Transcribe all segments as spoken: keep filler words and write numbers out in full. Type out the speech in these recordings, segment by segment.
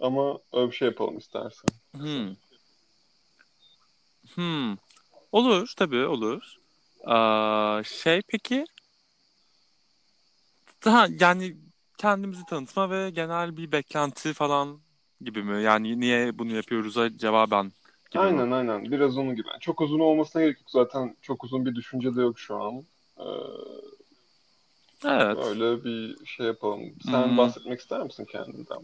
ama öyle bir şey yapalım istersen. Hmm. Hmm. Olur tabii olur. Aa, şey peki daha yani kendimizi tanıtma ve genel bir beklenti falan gibi mi? Yani niye bunu yapıyoruz'a cevaben gibi mi? Aynen aynen. Biraz onun gibi. Yani çok uzun olmasına gerek yok. Zaten çok uzun bir düşünce de yok şu an. Ee, Evet. öyle bir şey yapalım. Sen Hmm, bahsetmek ister misin kendinden?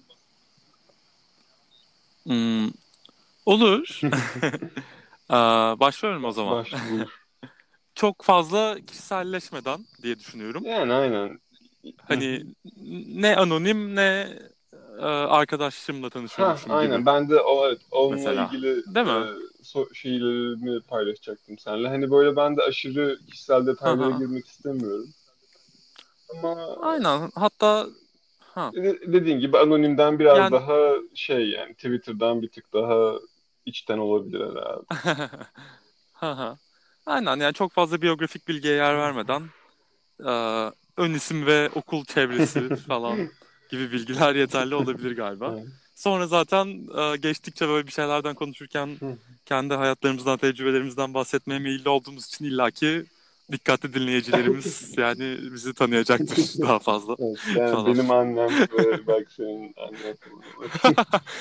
hmm, olur. Aa, başlıyorum o zaman. Başla buyur. Çok fazla kişiselleşmeden diye düşünüyorum. Yani aynen. Hı hı. Hani ne anonim ne e, arkadaşımla Ha tanışıyormuşum gibi aynen. Ben de o evet, onunla mesela. ilgili Değil e, mi? so şeylerimi paylaşacaktım seninle. Hani böyle ben de aşırı kişisel Hı detaylara hı. girmek istemiyorum. Ama Aynen. Hatta ha de- dediğin gibi anonimden biraz yani daha şey yani Twitter'dan bir tık daha içten olabilir herhalde. hı hı. Aynen yani çok fazla biyografik bilgiye yer vermeden e, ön isim ve okul çevresi falan gibi bilgiler yeterli olabilir galiba. Evet. Sonra zaten e, geçtikçe böyle bir şeylerden konuşurken kendi hayatlarımızdan, tecrübelerimizden bahsetmeye meyilli olduğumuz için illaki dikkatli dinleyicilerimiz yani bizi tanıyacaktır daha fazla Evet, yani falan. benim annem ve belki senin annen falan olabilir.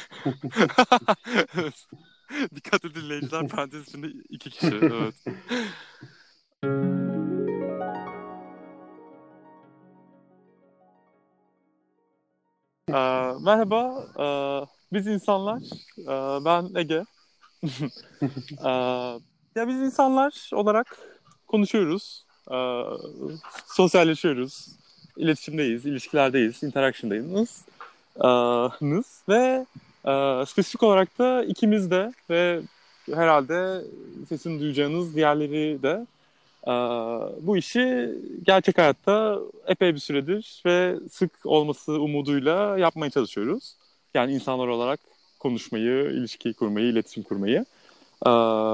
Evet. Dikkatli dinleyiciler parantez içinde iki kişi. Evet. Ee, merhaba. Ee, biz insanlar. Ee, ben Ege. Ee, ya biz insanlar olarak konuşuyoruz. Ee, sosyalleşiyoruz. İletişimdeyiz, ilişkilerdeyiz, interaction'dayız. Ee, nız ve e, spesifik olarak da ikimiz de ve herhalde sesini duyacağınız diğerleri de e, bu işi gerçek hayatta epey bir süredir ve sık olması umuduyla yapmaya çalışıyoruz. Yani insanlar olarak konuşmayı, ilişki kurmayı, iletişim kurmayı. Ee,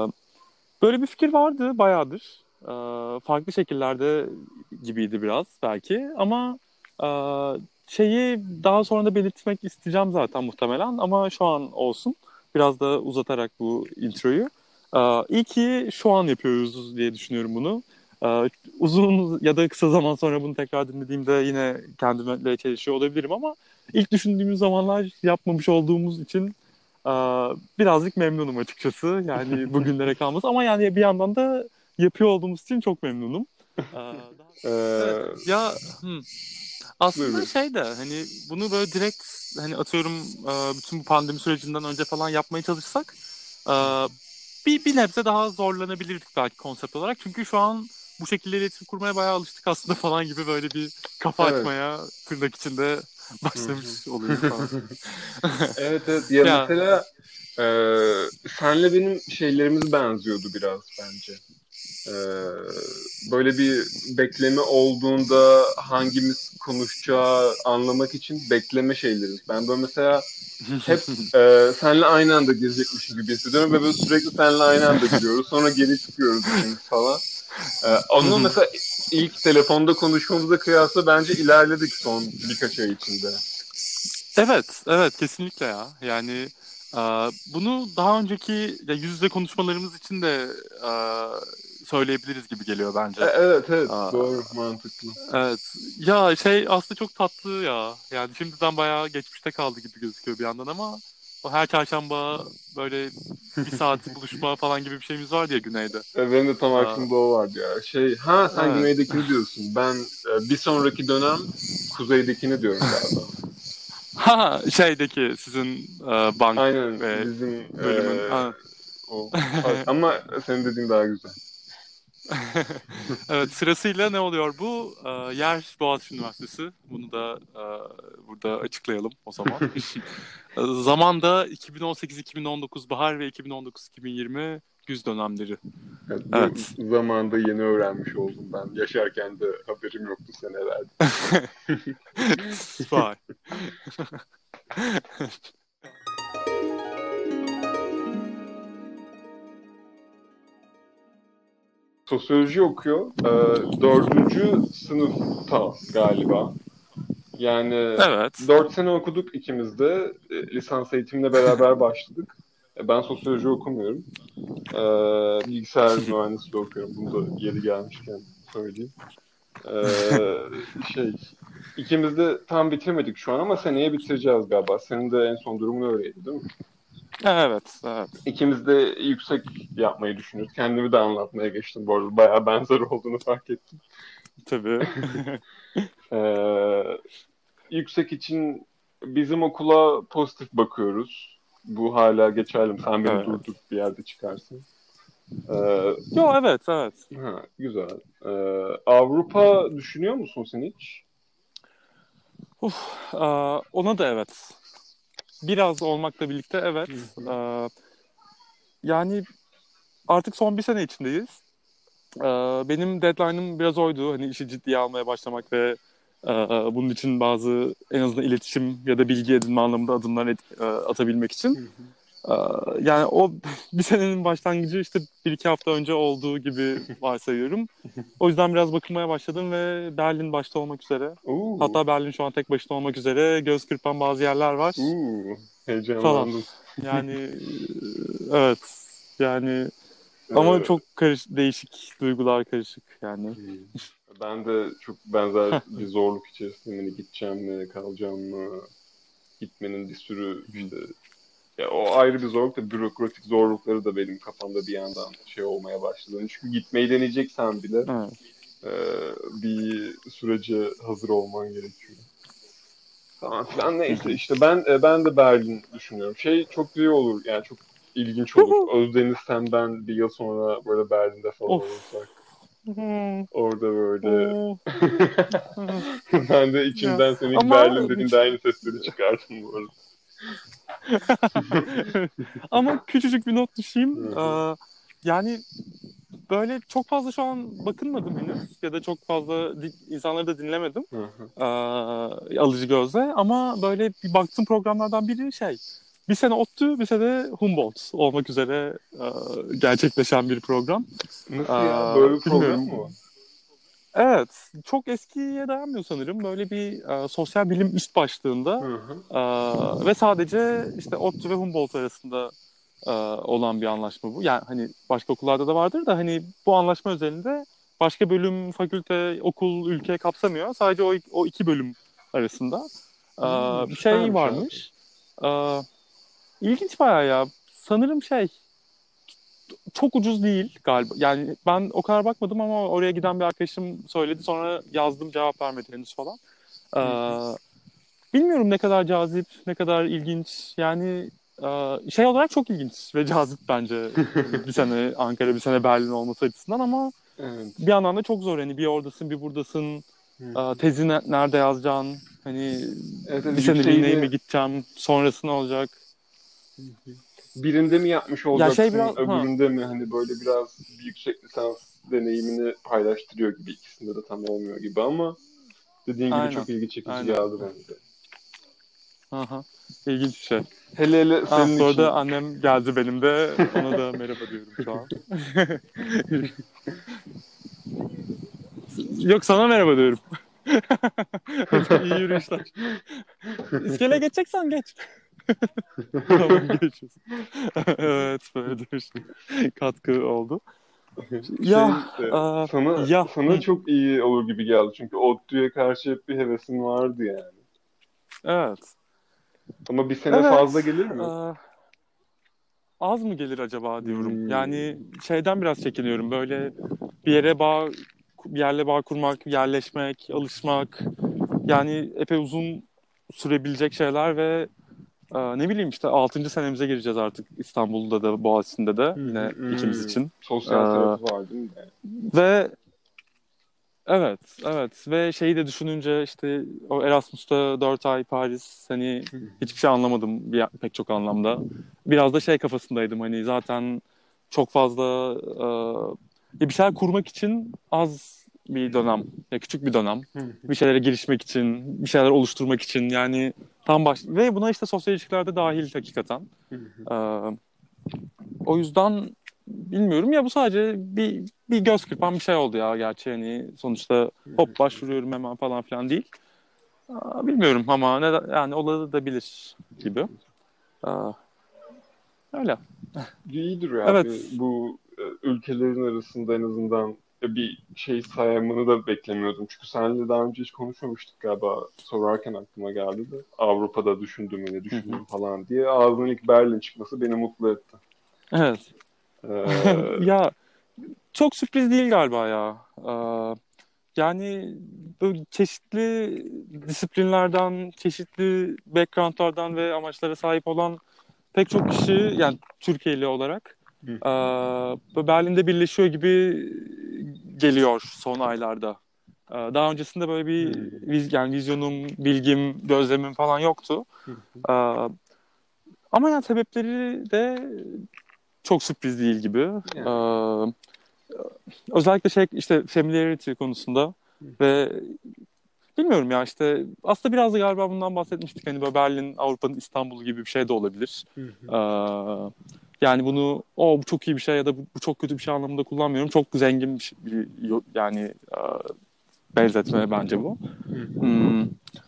böyle bir fikir vardı bayağıdır. Ee, farklı şekillerde gibiydi biraz belki ama e, şeyi daha sonra da belirtmek isteyeceğim zaten muhtemelen ama şu an olsun. Biraz da uzatarak bu introyu. Ee, iyi ki şu an yapıyoruz diye düşünüyorum bunu. Ee, uzun ya da kısa zaman sonra bunu tekrar dinlediğimde yine kendimle çelişiyor olabilirim ama ilk düşündüğümüz zamanlar yapmamış olduğumuz için ee, birazcık memnunum açıkçası. Yani bugünlere kalması ama yani bir yandan da yapıyor olduğumuz için çok memnunum. Ee, daha... Evet Ee, ya hmm. buyur Aslında buyur. şey de hani bunu böyle direkt hani atıyorum e, bütün bu pandemi sürecinden önce falan yapmaya çalışsak e, bir, bir nebze daha zorlanabilirdik belki konsept olarak. Çünkü şu an bu şekilde iletişim kurmaya bayağı alıştık aslında falan gibi böyle bir kafa Evet. açmaya tırnak içinde Hı hı. başlamış oluyoruz falan. Evet evet ya Ya mesela e, senle benim şeylerimiz benziyordu biraz bence. E, böyle bir bekleme olduğunda hangimiz konuşacağı anlamak için bekleme şeylerimiz. Ben böyle mesela hep e, senle aynı anda girecekmişim gibi hissediyorum ve böyle sürekli senle aynı anda giriyoruz. Sonra geri çıkıyoruz ikimiz falan. E, onu mesela ilk telefonda konuşmamıza kıyasla bence ilerledik son birkaç ay içinde. evet, evet kesinlikle ya. Yani e, bunu daha önceki ya yüz yüze konuşmalarımız için de e, söyleyebiliriz gibi geliyor bence. E, evet E, evet doğru mantıklı. evet. Ya şey aslında çok tatlı ya. Yani şimdiden bayağı geçmişte kaldı gibi gözüküyor bir yandan ama o her çarşamba böyle bir saat buluşma falan gibi bir şeyimiz vardı ya Güney'de. E, benim de tam E, aklımda o vardı ya. Şey, ha sen evet. güneydekini diyorsun. Ben e, bir sonraki dönem kuzeydekini diyorum galiba. Ha şeydeki sizin e, bank Aynen ve bizim e, bölümün. Ha. o ama senin dediğin daha güzel. Evet sırasıyla ne oluyor bu? Ee, yer Boğaziçi Üniversitesi. Bunu da e, burada açıklayalım o zaman. Zaman da iki bin on sekiz-iki bin on dokuz bahar ve iki bin on dokuz-iki bin yirmi güz dönemleri. Evet, bu Evet. zamanda yeni öğrenmiş oldum ben. Yaşarken de haberim yoktu senelerde. Vay. Sosyoloji okuyor. E, dördüncü sınıfta galiba. Yani Evet. dört sene okuduk ikimiz de. E, lisans eğitimine beraber başladık. E, ben sosyoloji okumuyorum. E, bilgisayar mühendisliği okuyorum. Bunu da yeri gelmişken söyleyeyim. E, şey, ikimiz de tam bitirmedik şu an ama seneye bitireceğiz galiba. Senin de en son durumun öyleydi değil mi? Evet, evet. İkimiz de yüksek yapmayı düşünüyoruz. Kendimi de anlatmaya geçtim bu arada. Bayağı benzer olduğunu fark ettim. Tabii. Ee, yüksek için bizim okula pozitif bakıyoruz. Bu hala geçerli mi? Sen beni Evet. durdur bir yerde çıkarsın. Ee, Yo, evet, evet. ha, güzel. Ee, Avrupa düşünüyor musun sen hiç? Uf, aa, ona da evet. Biraz olmakla birlikte evet. Hı hı. Aa, yani artık son bir sene içindeyiz. Aa, benim deadline'ım biraz oydu. Hani işi ciddiye almaya başlamak ve aa, bunun için bazı en azından iletişim ya da bilgi edinme anlamında adımlar et- aa, atabilmek Hı için. hı. Aa, yani o bir senenin başlangıcı işte bir iki hafta önce olduğu gibi varsayıyorum. O yüzden biraz bakınmaya başladım ve Berlin başta olmak üzere. Oo, Hatta Berlin şu an tek başına olmak üzere. Göz kırpan bazı yerler var oo, falan. heyecanlandım. Yani e, evet. Yani ama Ee, çok karış değişik duygular karışık yani. Hmm. Ben de çok benzer bir zorluk içerisindeyim. Hani gideceğim mi, kalacağım mı? Gitmenin bir sürü işte ya o ayrı bir zorluk da bürokratik zorlukları da benim kafamda bir yandan şey olmaya başladı. Hani çünkü gitmeyi deneyeceksen bile Evet. e, bir sürece hazır olman gerekiyor. Tamam filan neyse işte ben e, ben de Berlin düşünüyorum. Şey çok iyi olur yani çok ilginç olur. Özdeniz sen ben bir yıl sonra böyle Berlin'de falan Of. olursak. Hmm. Orada böyle Oo. ben de Ya. içimden senin Ama Berlin dediğinde aynı sesleri çıkardım bu arada. ama küçücük bir not düşeyim. Hı hı, Ee, yani böyle çok fazla şu an bakınmadım henüz ya da çok fazla di- insanları da dinlemedim hı hı. ee, alıcı gözle ama böyle bir baktığım programlardan biri şey bir sene ODTÜ bir sene Humboldt olmak üzere e, gerçekleşen bir program. Nasıl ya? Böyle bir Ee, program bilmiyorum. mı var? Evet, çok eskiye dayanmıyor sanırım. Böyle bir e, sosyal bilim üst başlığında Hı hı. e, ve sadece işte ODTÜ ve Humboldt arasında e, olan bir anlaşma bu. Yani hani başka okullarda da vardır da hani bu anlaşma özelinde başka bölüm, fakülte, okul, ülke kapsamıyor. Sadece o, o iki bölüm arasında e, Hmm, bir şey süpermiş abi. varmış. E, ilginç bayağı ya. Sanırım şey çok ucuz değil galiba. Yani ben o kadar bakmadım ama oraya giden bir arkadaşım söyledi. Sonra yazdım cevap vermedi henüz falan. Hı hı. Ee, bilmiyorum ne kadar cazip, ne kadar ilginç. Yani e, şey olarak çok ilginç ve cazip bence. Bir sene Ankara, bir sene Berlin olması açısından ama bir Evet. yandan da çok zor. Hani bir oradasın, bir buradasın. Hı Ee, hı. tezi ne- nerede yazacaksın? Hani Evet, bir evet seneliğine mi yükseğini gideceğim? Sonrası ne olacak? hı hı. Birinde mi yapmış Ya şey olacaksın, biraz... Ha, öbüründe mi? Hani böyle biraz bir yüksek lisans deneyimini paylaştırıyor gibi. İkisinde de tam olmuyor gibi ama dediğin gibi aynen. çok ilgi çekici Aynen. geldi bana da. Aha. İlginç bir şey. Hele hele Ah, senin bu arada için. annem geldi benim de. Ona da merhaba diyorum şu an. Yok, sana merhaba diyorum. Hadi iyi yürüyüşler. İskeleye geçeceksen geç. Tamam, görüşürüz. Evet, böyledir. Katkı oldu. Ya, Şey e, aa, sana ya. sana Hı, çok iyi olur gibi geldi çünkü ODTÜ'ye karşı hep bir hevesin vardı yani. evet. Ama bir sene fazla Evet. gelir mi? aa, az mı gelir acaba diyorum. Yani Hmm. şeyden biraz çekiniyorum. Böyle bir yere bağ, bir yerle bağ kurmak, yerleşmek, alışmak. Yani epey uzun sürebilecek şeyler ve e, ne bileyim işte altıncı senemize gireceğiz artık İstanbul'da da Boğaziçi'nde de Hı hı, yine ikimiz hı. için. E, Sosyal tarafı var değil mi? Yani? ve evet, evet ve şeyi de düşününce işte o Erasmus'ta dört ay Paris hani Hı hı, hiçbir şey anlamadım bir, pek çok anlamda. Biraz da şey kafasındaydım hani zaten çok fazla e, bir şeyler kurmak için az bir dönem, ya küçük bir dönem. hı hı, Bir şeylere girişmek için, bir şeyler oluşturmak için yani tam baş ve buna işte sosyal ilişkiler de dahil hakikaten. hı hı. E, o yüzden bilmiyorum ya bu sadece bir bir göz kırpan bir şey oldu ya gerçi hani sonuçta hop başvuruyorum hemen falan filan değil. Aa, bilmiyorum ama ne yani olabilir gibi. Aa, öyle. İyidir ya. Evet. Bir- Bu e, ülkelerin arasında en azından e, bir şey saymanı da beklemiyordum. Çünkü seninle daha önce hiç konuşmamıştık galiba. Sorarken aklıma geldi de. Avrupa'da düşündüm mü ne Hı hı. düşündüm falan diye. Ağzının ilk Berlin çıkması beni mutlu etti. Evet. Ee, Ya çok sürpriz değil galiba ya. Aa, yani böyle çeşitli disiplinlerden, çeşitli backgroundlardan ve amaçlara sahip olan pek çok kişi yani Türkiye'li olarak aa, Berlin'de birleşiyor gibi geliyor son aylarda. Aa, Daha öncesinde böyle bir hmm, viz, yani vizyonum, bilgim, gözlemim falan yoktu. hmm, Aa, Ama yani sebepleri de çok sürpriz değil gibi. yani. Aa, Özellikle şey işte familiarity konusunda ve bilmiyorum ya işte aslında biraz da galiba bundan bahsetmiştik. Hani böyle Berlin Avrupa'nın İstanbul'u gibi bir şey de olabilir. Ee, Yani bunu o bu çok iyi bir şey ya da bu, bu çok kötü bir şey anlamında kullanmıyorum. Çok zengin bir, şey- bir yo- yani e, benzetme bence bu. Hmm,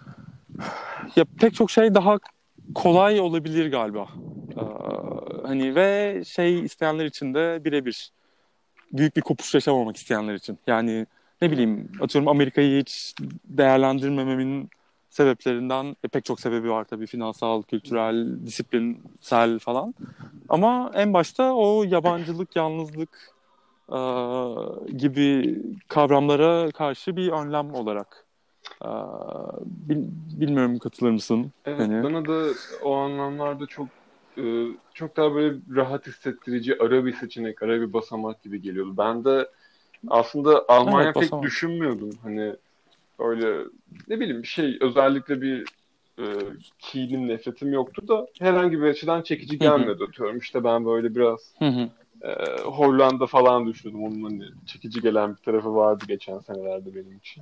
Ya pek çok şey daha kolay olabilir galiba. Ee, Hani ve şey isteyenler için de birebir. Büyük bir kopuş yaşamamak isteyenler için. Yani ne bileyim atıyorum Amerika'yı hiç değerlendirmememin sebeplerinden e, pek çok sebebi var tabii finansal, kültürel, disiplinsel falan. Ama en başta o yabancılık, yalnızlık e, gibi kavramlara karşı bir önlem olarak. E, bil- Bilmiyorum katılır mısın? Evet, Hani. bana da o anlamlarda çok e, çok daha böyle rahat hissettirici ara bir seçenek, ara bir basamak gibi geliyordu. Ben de aslında Almanya Evet, pek basamak. düşünmüyordum. Hani öyle ne bileyim bir şey özellikle bir e, kinim, nefretim yoktu da herhangi bir açıdan çekici Hı hı. gelmedi atıyorum. İşte ben böyle biraz Hı hı. e, Hollanda falan düşündüm. Onun hani çekici gelen bir tarafı vardı geçen senelerde benim için.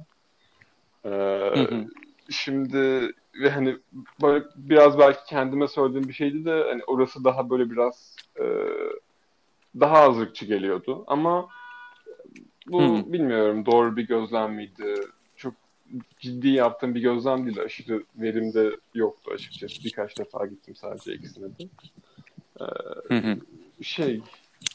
Hı Ee, hı. Şimdi ve hani böyle biraz belki kendime söylediğim bir şeydi de hani orası daha böyle biraz e, daha az ırkçı geliyordu. Ama Hı hı. bu bilmiyorum doğru bir gözlem miydi? Çok ciddi yaptığım bir gözlem değil. Aşırı verim de yoktu açıkçası. Birkaç defa gittim sadece ikisine de. Ee, Hı hı. Şey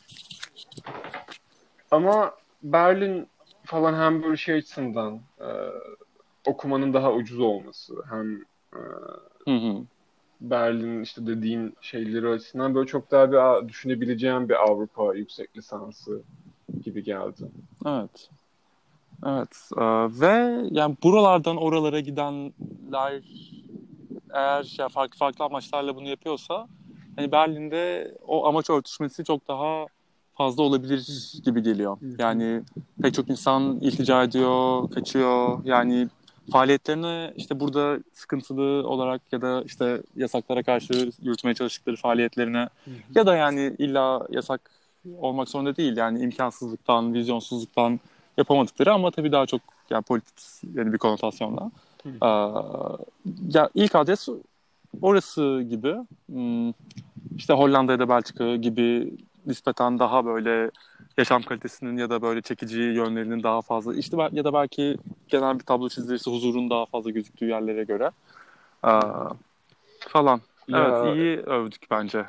ama Berlin falan hem böyle şey açısından e, okumanın daha ucuz olması hem e, Hı hı. Berlin işte dediğin şeyleri açısından böyle çok daha bir düşünebileceğim bir Avrupa yüksek lisansı gibi geldi. Evet. Evet. Ee, ve yani buralardan oralara gidenler eğer ya farklı farklı amaçlarla bunu yapıyorsa hani Berlin'de o amaç örtüşmesi çok daha fazla olabilir gibi geliyor. Hı hı. Yani pek çok insan iltica ediyor, kaçıyor. Yani faaliyetlerine işte burada sıkıntılı olarak ya da işte yasaklara karşı yürütmeye çalıştıkları faaliyetlerine Hı hı. ya da yani illa yasak olmak zorunda değil yani imkansızlıktan, vizyonsuzluktan yapamadıkları ama tabii daha çok yani politik yani bir konotasyonla. Hı Ee, hı. Ya ilk adres orası gibi. Hmm, işte Hollanda ya da Belçika gibi nispeten daha böyle yaşam kalitesinin ya da böyle çekici yönlerinin daha fazla işte ya da belki genel bir tablo çizilirse huzurun daha fazla gözüktüğü yerlere göre ee, Hı hı. falan. Evet, Ya iyi övdük bence.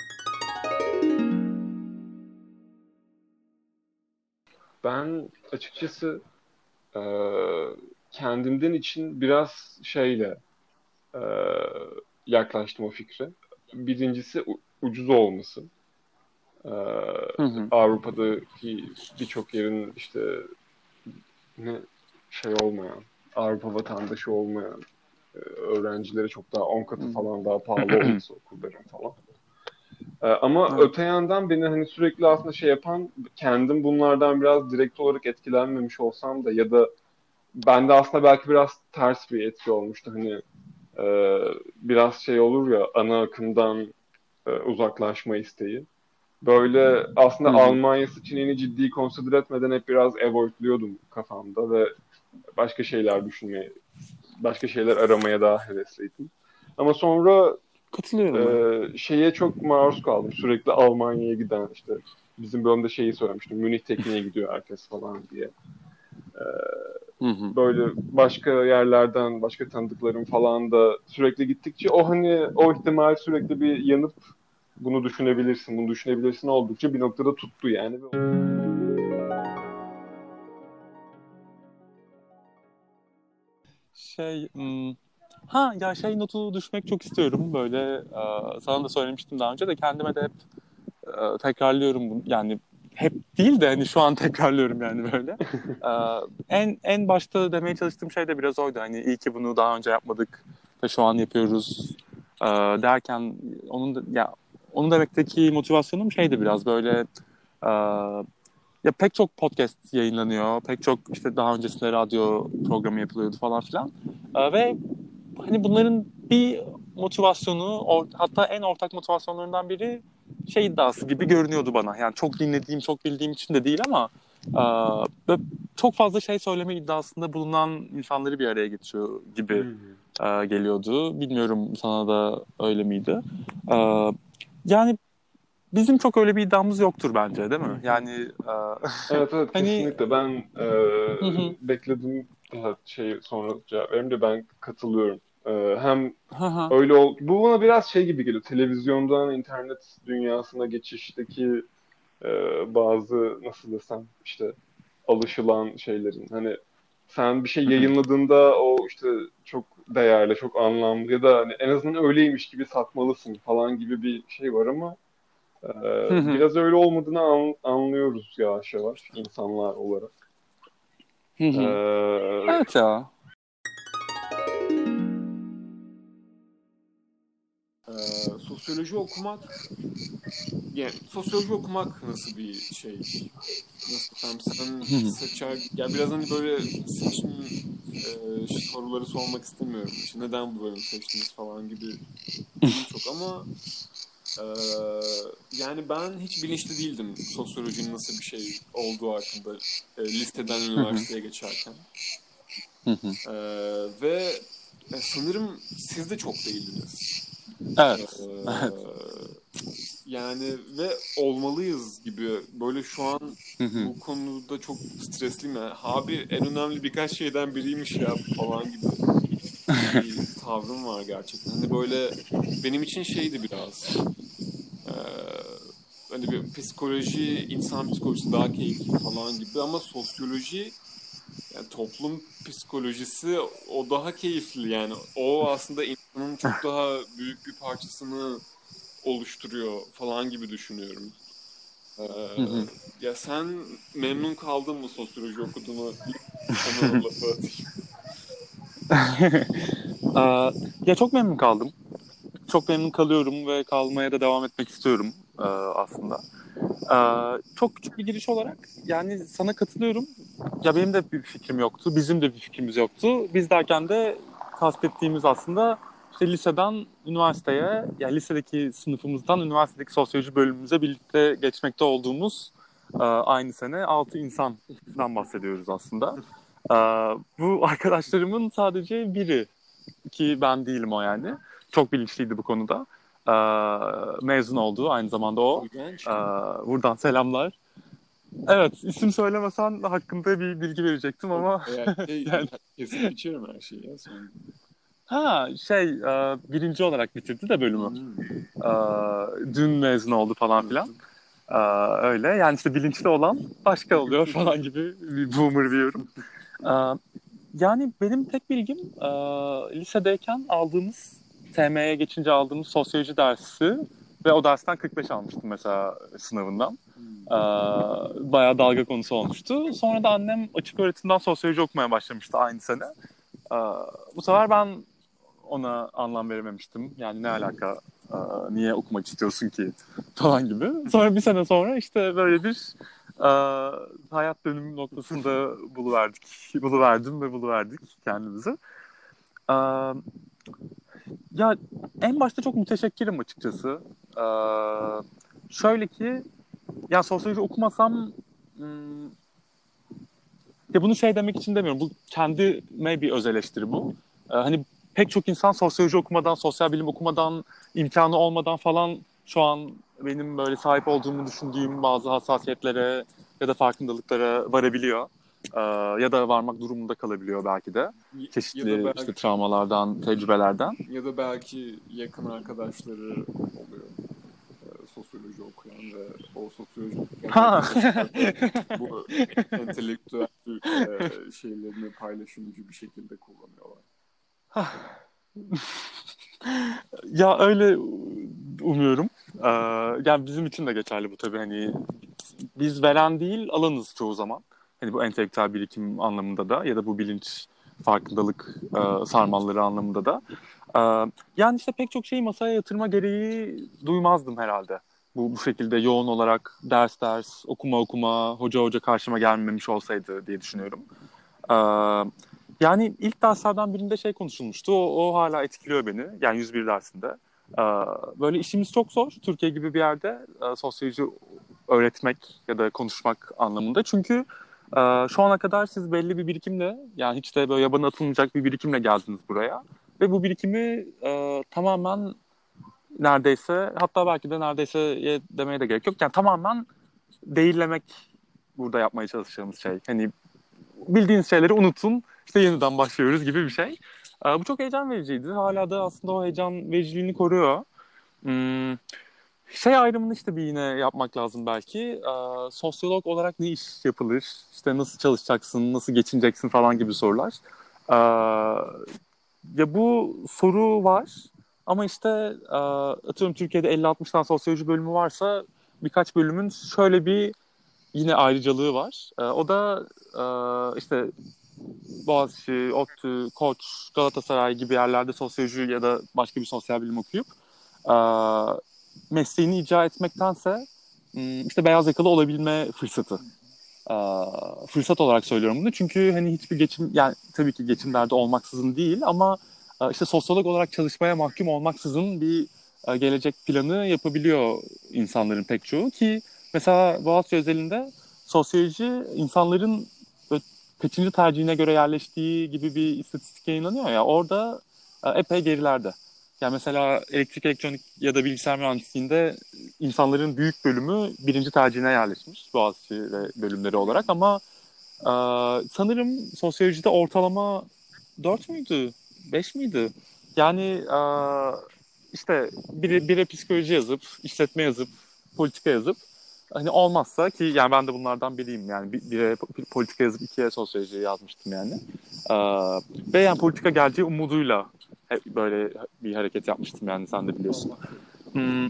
ben açıkçası e, kendimden için biraz şeyle e, yaklaştım o fikre. Birincisi u- ucuz olması. E, Hı hı. Avrupa'daki birçok yerin işte ne şey olmayan, Avrupa vatandaşı olmayan e, öğrencilere çok daha on katı falan daha pahalı olması okulların falan. E, ama Evet. öte yandan beni hani sürekli aslında şey yapan kendim bunlardan biraz direkt olarak etkilenmemiş olsam da ya da bende aslında belki biraz ters bir etki olmuştu. Hani e, biraz şey olur ya ana akımdan e, uzaklaşma isteği. Böyle Hı aslında hı. Almanya seçeneğini ciddi consider etmeden hep biraz avoidluyordum kafamda ve başka şeyler düşünmeye, başka şeyler aramaya daha hevesliydim. Ama sonra Katılıyorum ben. e, şeye çok maruz kaldım. Sürekli Almanya'ya giden işte bizim bölümde şeyi söylemiştim. Münih Tekniğe gidiyor herkes falan diye. Hı hı. böyle başka yerlerden, başka tanıdıklarım falan da sürekli gittikçe o hani o ihtimal sürekli bir yanıp bunu düşünebilirsin, bunu düşünebilirsin oldukça bir noktada tuttu yani. Şey, hmm, ha ya şey notu düşmek çok istiyorum böyle. E, sana da söylemiştim daha önce de kendime de hep e, tekrarlıyorum bunu. Yani hep değil de hani şu an tekrarlıyorum yani böyle. E, en en başta demeye çalıştığım şey de biraz oydu. Hani iyi ki bunu daha önce yapmadık ve şu an yapıyoruz e, derken onun da, ya onun demekteki motivasyonum şeydi biraz böyle e, ya pek çok podcast yayınlanıyor. Pek çok işte daha öncesinde radyo programı yapılıyordu falan filan. E, ve hani bunların bir motivasyonu or, hatta en ortak motivasyonlarından biri şey iddiası gibi görünüyordu bana. Yani çok dinlediğim, çok bildiğim için de değil ama e, böyle çok fazla şey söyleme iddiasında bulunan insanları bir araya getiriyor gibi Hmm. e, geliyordu. Bilmiyorum sana da öyle miydi? E, yani bizim çok öyle bir iddiamız yoktur bence, değil mi? Yani e, Evet, evet, hani kesinlikle ben e, hı hı, bekledim daha şey sonra cevap vereyim de ben katılıyorum. E, hem hı hı, öyle ol bu bana biraz şey gibi geliyor. Televizyondan internet dünyasına geçişteki e, bazı nasıl desem işte alışılan şeylerin hani sen bir şey hı hı, yayınladığında o işte çok değerli, çok anlamlı ya da hani en azından öyleymiş gibi satmalısın falan gibi bir şey var ama hı ee, hı, biraz öyle olmadığını an- anlıyoruz yavaş yavaş insanlar olarak. hı hı. Ee, Evet ya. Ee, sosyoloji okumak, yani sosyoloji okumak nasıl bir şey? Nasıl desem, sen Hı hı. seçer, ya biraz hani böyle seçim e, soruları sormak istemiyorum. İşte neden bu bölümü seçtiniz falan gibi değil çok ama e, yani ben hiç bilinçli değildim sosyolojinin nasıl bir şey olduğu hakkında e, liseden Hı hı. üniversiteye geçerken. Hı hı. E, ve e, sanırım siz de çok değildiniz. Evet. Evet. Ee, yani ve olmalıyız gibi böyle şu an Hı hı. bu konuda çok stresliyim ya. Abi en önemli birkaç şeyden biriymiş ya bu falan gibi bir tavrım var gerçekten. Hani böyle benim için şeydi biraz. Ee, hani bir psikoloji, insan psikolojisi daha keyifli falan gibi ama sosyoloji, yani toplum psikolojisi o daha keyifli yani. O aslında insanın çok daha büyük bir parçasını oluşturuyor falan gibi düşünüyorum. Ee, Hı hı. ya sen memnun kaldın mı sosyoloji okuduğunu? İlk sana o lafı atayım. Aa, ya çok memnun kaldım. Çok memnun kalıyorum ve kalmaya da devam etmek istiyorum e, aslında. Aa, çok küçük bir giriş olarak yani sana katılıyorum. Ya benim de bir fikrim yoktu. Bizim de bir fikrimiz yoktu. Biz derken de kastettiğimiz aslında işte liseden üniversiteye, yani lisedeki sınıfımızdan üniversitedeki sosyoloji bölümümüze birlikte geçmekte olduğumuz e, aynı sene altı insandan bahsediyoruz aslında. E, bu arkadaşlarımın sadece biri ki ben değilim o yani. Çok bilinçliydi bu konuda. E, mezun oldu aynı zamanda o. İğrenç. E, buradan selamlar. Evet, isim söylemesen hakkında bir bilgi verecektim ama Eğer şey, yani kesip biçerim her şeyi ya sonra. ha şey e, birinci olarak bitirdi de bölümü. Hmm, E, dün mezun oldu falan filan. anladım. E, öyle yani işte bilinçli olan başka oluyor falan gibi bir boomer bir yorum. E, yani benim tek bilgim e, lisedeyken aldığımız T M'ye geçince aldığımız sosyoloji dersi ve o dersten kırk beş almıştım mesela sınavından. Hmm. Ee, bayağı dalga konusu olmuştu. Sonra da annem açık öğretimden sosyoloji okumaya başlamıştı aynı sene. Ee, bu sefer ben ona anlam verememiştim. Yani ne alaka, ee, niye okumak istiyorsun ki falan gibi. Sonra bir sene sonra işte böyle bir ee, hayat dönüm noktasında buluverdik. Buluverdim ve buluverdik kendimizi. Ee, ya en başta çok müteşekkirim açıkçası. Ee, şöyle ki ya sosyoloji okumasam hmm, ya bunu şey demek için demiyorum. Bu kendime bir öz eleştiri bu. Ee, hani pek çok insan sosyoloji okumadan, sosyal bilim okumadan, imkanı olmadan falan şu an benim böyle sahip olduğumu düşündüğüm bazı hassasiyetlere ya da farkındalıklara varabiliyor. Ee, ya da varmak durumunda kalabiliyor belki de. Ya Çeşitli da belki, işte travmalardan, tecrübelerden. ya da belki yakın arkadaşları oluyor. Ee, sosyoloji okuyan ve o sosyoloji okuyan Ha. arkadaşlar da bu entelektüel e, şeylerini paylaşımcı bir şekilde kullanıyorlar. Ya öyle umuyorum. Ee, yani bizim için de geçerli bu tabii. Hani biz veren değil, alanız çoğu zaman. Hani bu entelektüel birikim anlamında da ya da bu bilinç farkındalık e, sarmalları anlamında da. Ee, yani işte pek çok şeyi masaya yatırma gereği duymazdım herhalde. Bu, bu şekilde yoğun olarak ders ders, okuma okuma, hoca hoca karşıma gelmemiş olsaydı diye düşünüyorum. Ee, yani ilk derslerden birinde şey konuşulmuştu. O, o hala etkiliyor beni. Yani yüz bir dersinde. Ee, böyle işimiz çok zor. Türkiye gibi bir yerde e, sosyoloji öğretmek ya da konuşmak anlamında. Çünkü e, şu ana kadar siz belli bir birikimle, yani hiç de böyle yabana atılmayacak bir birikimle geldiniz buraya. Ve bu birikimi e, tamamen neredeyse, hatta belki de neredeyse demeye de gerek yok. Yani tamamen değillemek burada yapmaya çalışacağımız şey. Hani bildiğiniz şeyleri unutun, işte yeniden başlıyoruz gibi bir şey. Ee, bu çok heyecan vericiydi. Hala da aslında o heyecan vericiliğini koruyor. Hmm, şey ayrımını işte bir yine yapmak lazım belki. Ee, sosyolog olarak ne iş yapılır? İşte nasıl çalışacaksın, nasıl geçineceksin falan gibi sorular. Ee, ya bu soru var. Ama işte e, atıyorum Türkiye'de elli altmış tane sosyoloji bölümü varsa birkaç bölümün şöyle bir yine ayrıcalığı var. E, o da e, işte Boğaziçi, ODTÜ, Koç, Galatasaray gibi yerlerde sosyoloji ya da başka bir sosyal bilim okuyup e, mesleğini icra etmektense işte beyaz yakalı olabilme fırsatı. E, fırsat olarak söylüyorum bunu. Çünkü hani hiçbir geçim, yani tabii ki geçim derdi olmaksızın değil ama e, işte sosyolog olarak çalışmaya mahkum olmaksızın bir e, gelecek planı yapabiliyor insanların pek çoğu ki mesela Boğaziçi özelinde sosyoloji insanların kaçıncı tercihine göre yerleştiği gibi bir istatistik yayınlanıyor ya, orada e, epey gerilerde. Yani mesela elektrik, elektronik ya da bilgisayar mühendisliğinde insanların büyük bölümü birinci tercihine yerleşmiş Boğaziçi ve bölümleri olarak ama e, sanırım sosyolojide ortalama dört müydü? Beş miydi? Yani e, işte biri, biri psikoloji yazıp, işletme yazıp, politika yazıp hani olmazsa ki yani ben de bunlardan biriyim yani bir, bire politika yazıp ikiye sosyoloji yazmıştım yani. Ee, ve yani politika geleceği umuduyla hep böyle bir hareket yapmıştım yani sen de biliyorsun. Hmm.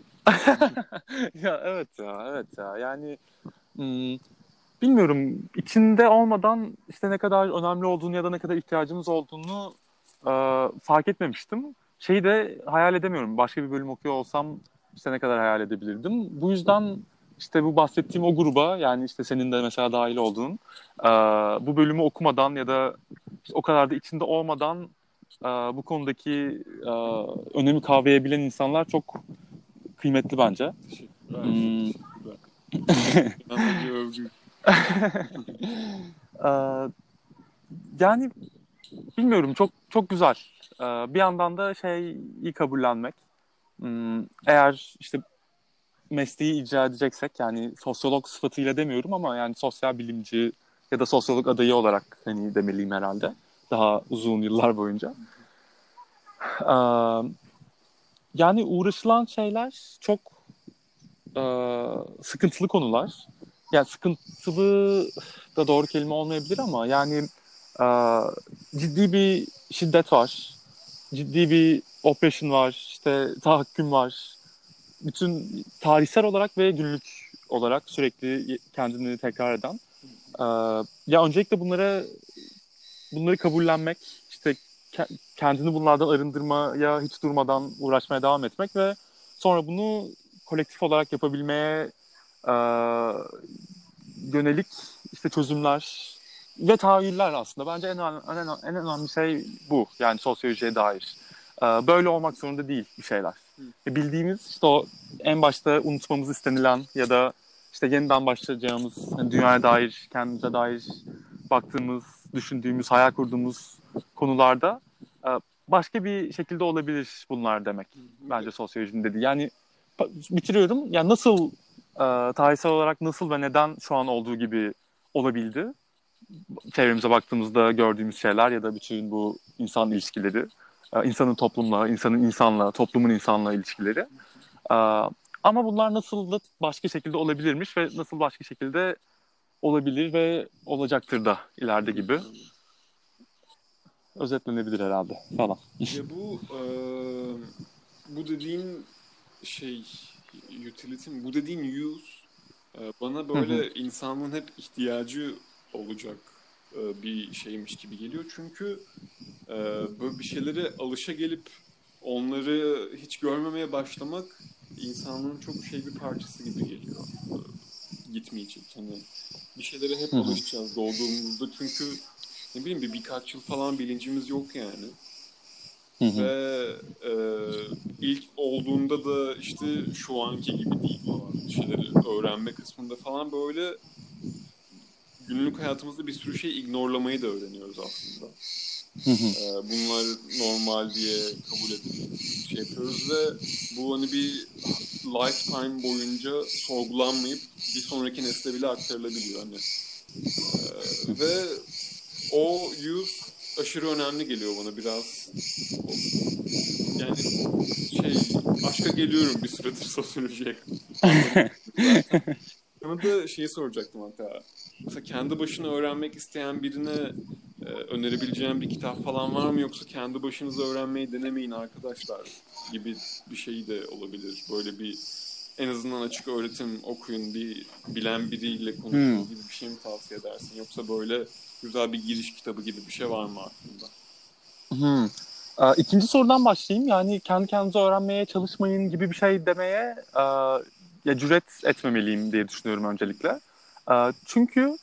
ya evet ya evet ya yani hmm, bilmiyorum içinde olmadan işte ne kadar önemli olduğunu ya da ne kadar ihtiyacımız olduğunu e, fark etmemiştim. Şeyi de hayal edemiyorum. Başka bir bölüm okuyor olsam işte ne kadar hayal edebilirdim. Bu yüzden işte bu bahsettiğim o gruba, yani işte senin de mesela dahil olduğun e, bu bölümü okumadan ya da işte o kadar da içinde olmadan e, bu konudaki e, önemi kavrayabilen insanlar çok kıymetli bence. Teşekkürler. Hmm. Teşekkürler. Ben de övgü. Ee, yani bilmiyorum, çok çok güzel. Ee, bir yandan da şeyi kabullenmek. Hmm, eğer işte mesleği icra edeceksek, yani sosyolog sıfatıyla demiyorum ama yani sosyal bilimci ya da sosyolog adayı olarak hani demeliyim herhalde. Daha uzun yıllar boyunca. Ee, yani uğraşılan şeyler çok e, sıkıntılı konular. Yani sıkıntılı da doğru kelime olmayabilir ama yani e, ciddi bir şiddet var. Ciddi bir oppression var. İşte tahakküm var. Bütün tarihsel olarak ve günlük olarak sürekli kendini tekrar eden. E, ya öncelikle bunlara bunları kabullenmek, işte ke- kendini bunlardan arındırmaya hiç durmadan uğraşmaya devam etmek ve sonra bunu kolektif olarak yapabilmeye e, yönelik işte çözümler ve tahayyüller aslında. Bence en, en, en önemli şey bu. Yani sosyolojiye dair. E, böyle olmak zorunda değil bir şeyler. E, bildiğimiz işte o en başta unutmamız istenilen ya da işte yeniden başlayacağımız hani dünyaya dair, kendimize dair baktığımız, düşündüğümüz, hayal kurduğumuz konularda e, başka bir şekilde olabilir bunlar demek. Bence sosyolojinin dediği. Yani bitiriyorum. Yani nasıl e, tarihsel olarak nasıl ve neden şu an olduğu gibi olabildi? çevremize baktığımızda gördüğümüz şeyler ya da bütün bu insan ilişkileri, e, insanın toplumla, insanın insanla, toplumun insanla ilişkileri. E, Ama bunlar nasıl da başka şekilde olabilirmiş ve nasıl başka şekilde olabilir ve olacaktır da ileride gibi özetlenebilir herhalde falan. Ya bu eee, bu dediğin şey utility mi? Bu dediğin use e, bana Hı hı, böyle insanlığın hep ihtiyacı olacak e, bir şeymiş gibi geliyor. Çünkü e, böyle bir şeylere alışa gelip onları hiç görmemeye başlamak insanlığın çok şey bir parçası gibi geliyor. E, Gitmeyecek. Hani bir şeylere hep hı hı, alışacağız doğduğumuzda çünkü ne bileyim bir birkaç yıl falan bilincimiz yok yani. hı hı, Ve e, ilk olduğunda da işte şu anki gibi değil falan. Bir şeyleri öğrenme kısmında falan böyle günlük hayatımızda bir sürü şey ignorlamayı da öğreniyoruz aslında. hı hı. E, bunlar normal diye kabul edip şey yapıyoruz ve bu hani bir lifetime boyunca sorgulanmayıp bir sonraki nesle bile aktarılabiliyor hani. E, ve o use aşırı önemli geliyor bana biraz. O- Yani şey aşka geliyorum bir süredir sosyolojiye anladım zaten. Sana da şeyi soracaktım hatta. Mesela kendi başına öğrenmek isteyen birine e, önerebileceğim bir kitap falan var mı yoksa kendi başınıza öğrenmeyi denemeyin arkadaşlar gibi bir şey de olabilir. Böyle bir en azından açık öğretim okuyun bir bilen biriyle Hı. konuşun gibi bir şey mi tavsiye edersin? Yoksa böyle güzel bir giriş kitabı gibi bir şey var mı aklında? Hı. Ee, İkinci sorudan başlayayım. Yani kendi kendinize öğrenmeye çalışmayın gibi bir şey demeye e, ya cüret etmemeliyim diye düşünüyorum öncelikle. E, çünkü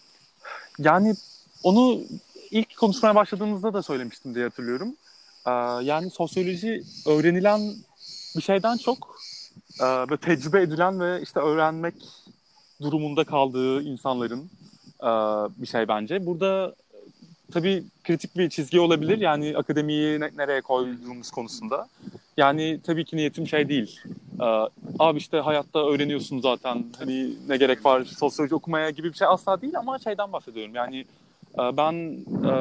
yani onu ilk konuşmaya başladığımızda da söylemiştim diye hatırlıyorum. E, yani sosyoloji öğrenilen bir şeyden çok e, böyle tecrübe edilen ve işte öğrenmek durumunda kaldığı insanların e, bir şey bence. Burada tabii kritik bir çizgi olabilir. Yani akademiyi ne- nereye Hı hı. koyduğumuz konusunda. Yani tabii ki niyetim şey değil. Ee, abi işte hayatta öğreniyorsun zaten. E, tabii, Hani ne tabii. gerek var sosyoloji okumaya gibi bir şey asla değil ama şeyden bahsediyorum. Yani e, ben e,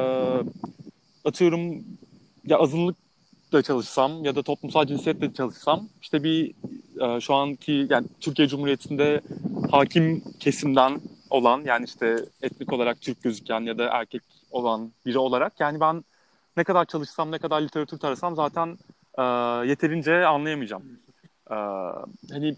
atıyorum ya azınlıkla çalışsam ya da toplumsal cinsiyetle çalışsam işte bir e, şu anki yani Türkiye Cumhuriyeti'nde hakim kesimden olan yani işte etnik olarak Türk gözüken ya da erkek olan biri olarak yani ben ne kadar çalışsam ne kadar literatür tarasam zaten e, yeterince anlayamayacağım. E, Hani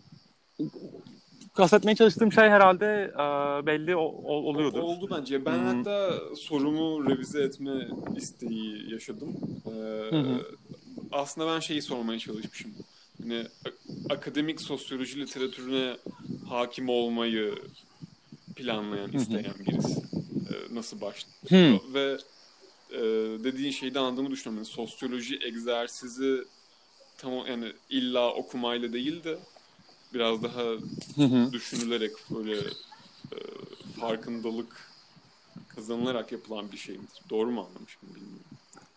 kastetmeye çalıştığım şey herhalde e, belli o- o- O- oluyordur. oldu bence. Ben Hmm, hatta sorumu revize etme isteği yaşadım. Ee, hı hı, aslında ben şeyi sormaya çalışmışım. Hani a- akademik sosyoloji literatürüne hakim olmayı planlayan, hı hı. isteyen birisi. Ee, nasıl Hmm, başlıyor? Ve e, dediğin şeyi de anladığımı düşünüyorum. Yani sosyoloji egzersizi tam o- yani illa okumayla değil de biraz daha hı hı. düşünülerek böyle e, farkındalık kazanılarak yapılan bir şey midir? Doğru mu anlamışım bilmiyorum.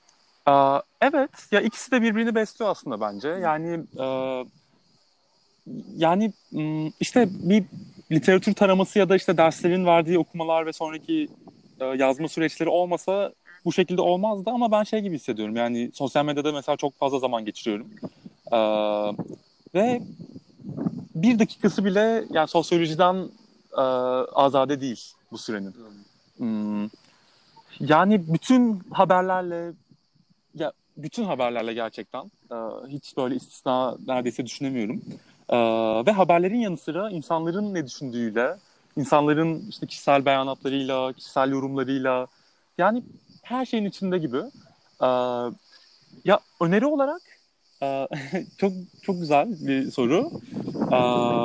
Aa, evet ya ikisi de birbirini besliyor aslında bence. Hı Yani e, yani m, işte bir literatür taraması ya da işte derslerin verdiği okumalar ve sonraki e, yazma süreçleri olmasa bu şekilde olmazdı ama ben şey gibi hissediyorum. Yani sosyal medyada mesela çok fazla zaman geçiriyorum. Aa, ve bir dakikası bile yani sosyolojiden e, azade değil bu sürenin. hı. Hmm, yani bütün haberlerle ya bütün haberlerle gerçekten e, hiç böyle istisna neredeyse düşünemiyorum. E, ve haberlerin yanı sıra insanların ne düşündüğüyle, insanların işte kişisel beyanatlarıyla, kişisel yorumlarıyla yani her şeyin içinde gibi. E, Ya öneri olarak e, çok çok güzel bir soru. E,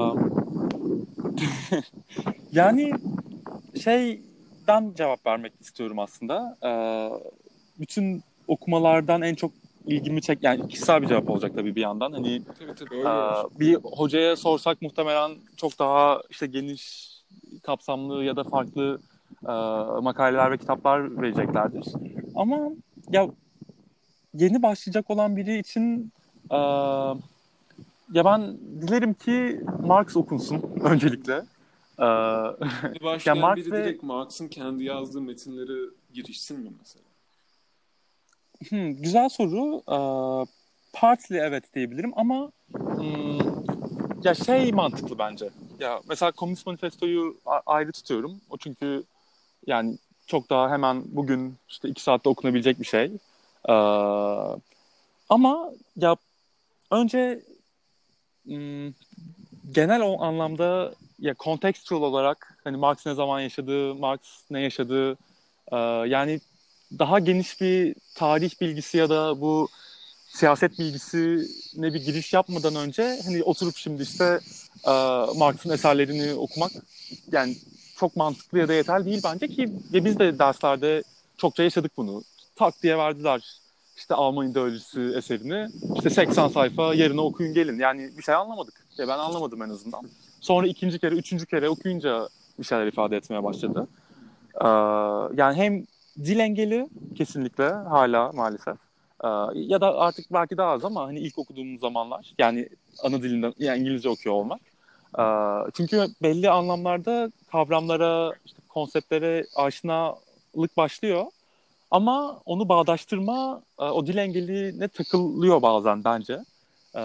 Yani şeyden cevap vermek istiyorum aslında. E, bütün okumalardan en çok ilgimi çek yani kişisel bir cevap olacak tabii bir yandan. Hani Tabii tabii e, öyle olsun. bir hocaya sorsak muhtemelen çok daha işte geniş kapsamlı ya da farklı e, makaleler ve kitaplar vereceklerdir. Ama ya yeni başlayacak olan biri için e, ya ben dilerim ki Marx okunsun öncelikle. E, Ee, Yeni ya başlayan Marx biri ve direkt Marx'ın kendi yazdığı metinleri girişsin mi mesela? hmm, güzel soru. Ee, partly evet diyebilirim ama hmm, ya şey mantıklı bence. Ya mesela Komünist Manifesto'yu a- ayrı tutuyorum. O çünkü yani çok daha hemen bugün işte iki saatte okunabilecek bir şey. Ee, ama ya önce hmm, genel o anlamda ya contextual olarak hani Marx ne zaman yaşadı, Marx ne yaşadı, e, yani daha geniş bir tarih bilgisi ya da bu siyaset bilgisine bir giriş yapmadan önce hani oturup şimdi işte e, Marx'ın eserlerini okumak yani çok mantıklı ya da yeterli değil bence ki ve biz de derslerde çokça yaşadık bunu. Tak diye verdiler işte Alman ideolojisi eserini. İşte seksen sayfa yarına okuyun gelin. Yani bir şey anlamadık. Ya ben anlamadım en azından. Sonra ikinci kere, üçüncü kere okuyunca bir şeyler ifade etmeye başladı. Ee, yani hem dil engeli kesinlikle hala maalesef. Ee, ya da artık belki daha az ama hani ilk okuduğumuz zamanlar yani ana dilinden yani İngilizce okuyor olmak. Ee, çünkü belli anlamlarda kavramlara, işte konseptlere aşinalık başlıyor. Ama onu bağdaştırma e, o dil engeline takılıyor bazen bence. Ee,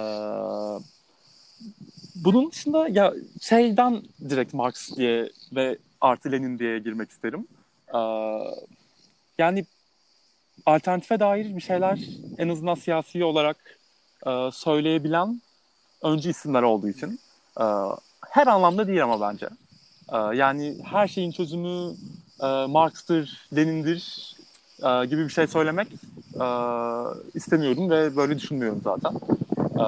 bunun dışında ya şeyden direkt Marx diye ve artı Lenin diye girmek isterim. Ee, yani alternatife dair bir şeyler en azından siyasi olarak e, söyleyebilen öncü isimler olduğu için. Ee, her anlamda değil ama bence. Ee, yani her şeyin çözümü e, Marx'tır, Lenin'dir e, gibi bir şey söylemek e, istemiyorum ve böyle düşünmüyorum zaten. Ee,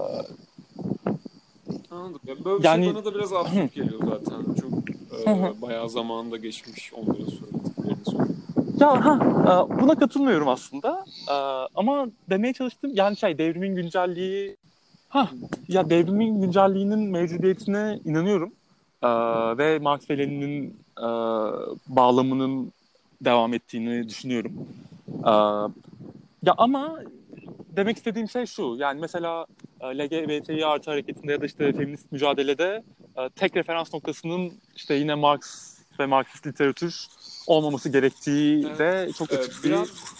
Anladım. Ya böyle bir şey yani bana da biraz absürt geliyor zaten. Çok e, bayağı zamanında geçmiş onların söylediklerini söylemek. ya ha, e, buna katılmıyorum aslında. E, ama demeye çalıştım yani şey devrimin güncelliği ha ya devrimin güncelliğinin mevcudiyetine inanıyorum. E, ve Marx ve Lenin'in e, bağlamının devam ettiğini düşünüyorum. E, ya ama demek istediğim şey şu. Yani mesela e, L G B T İ artı hareketinde ya da işte feminist mücadelede e, tek referans noktasının işte yine Marx ve Marksist literatür olmaması gerektiği Evet. de çok E, açık bir biraz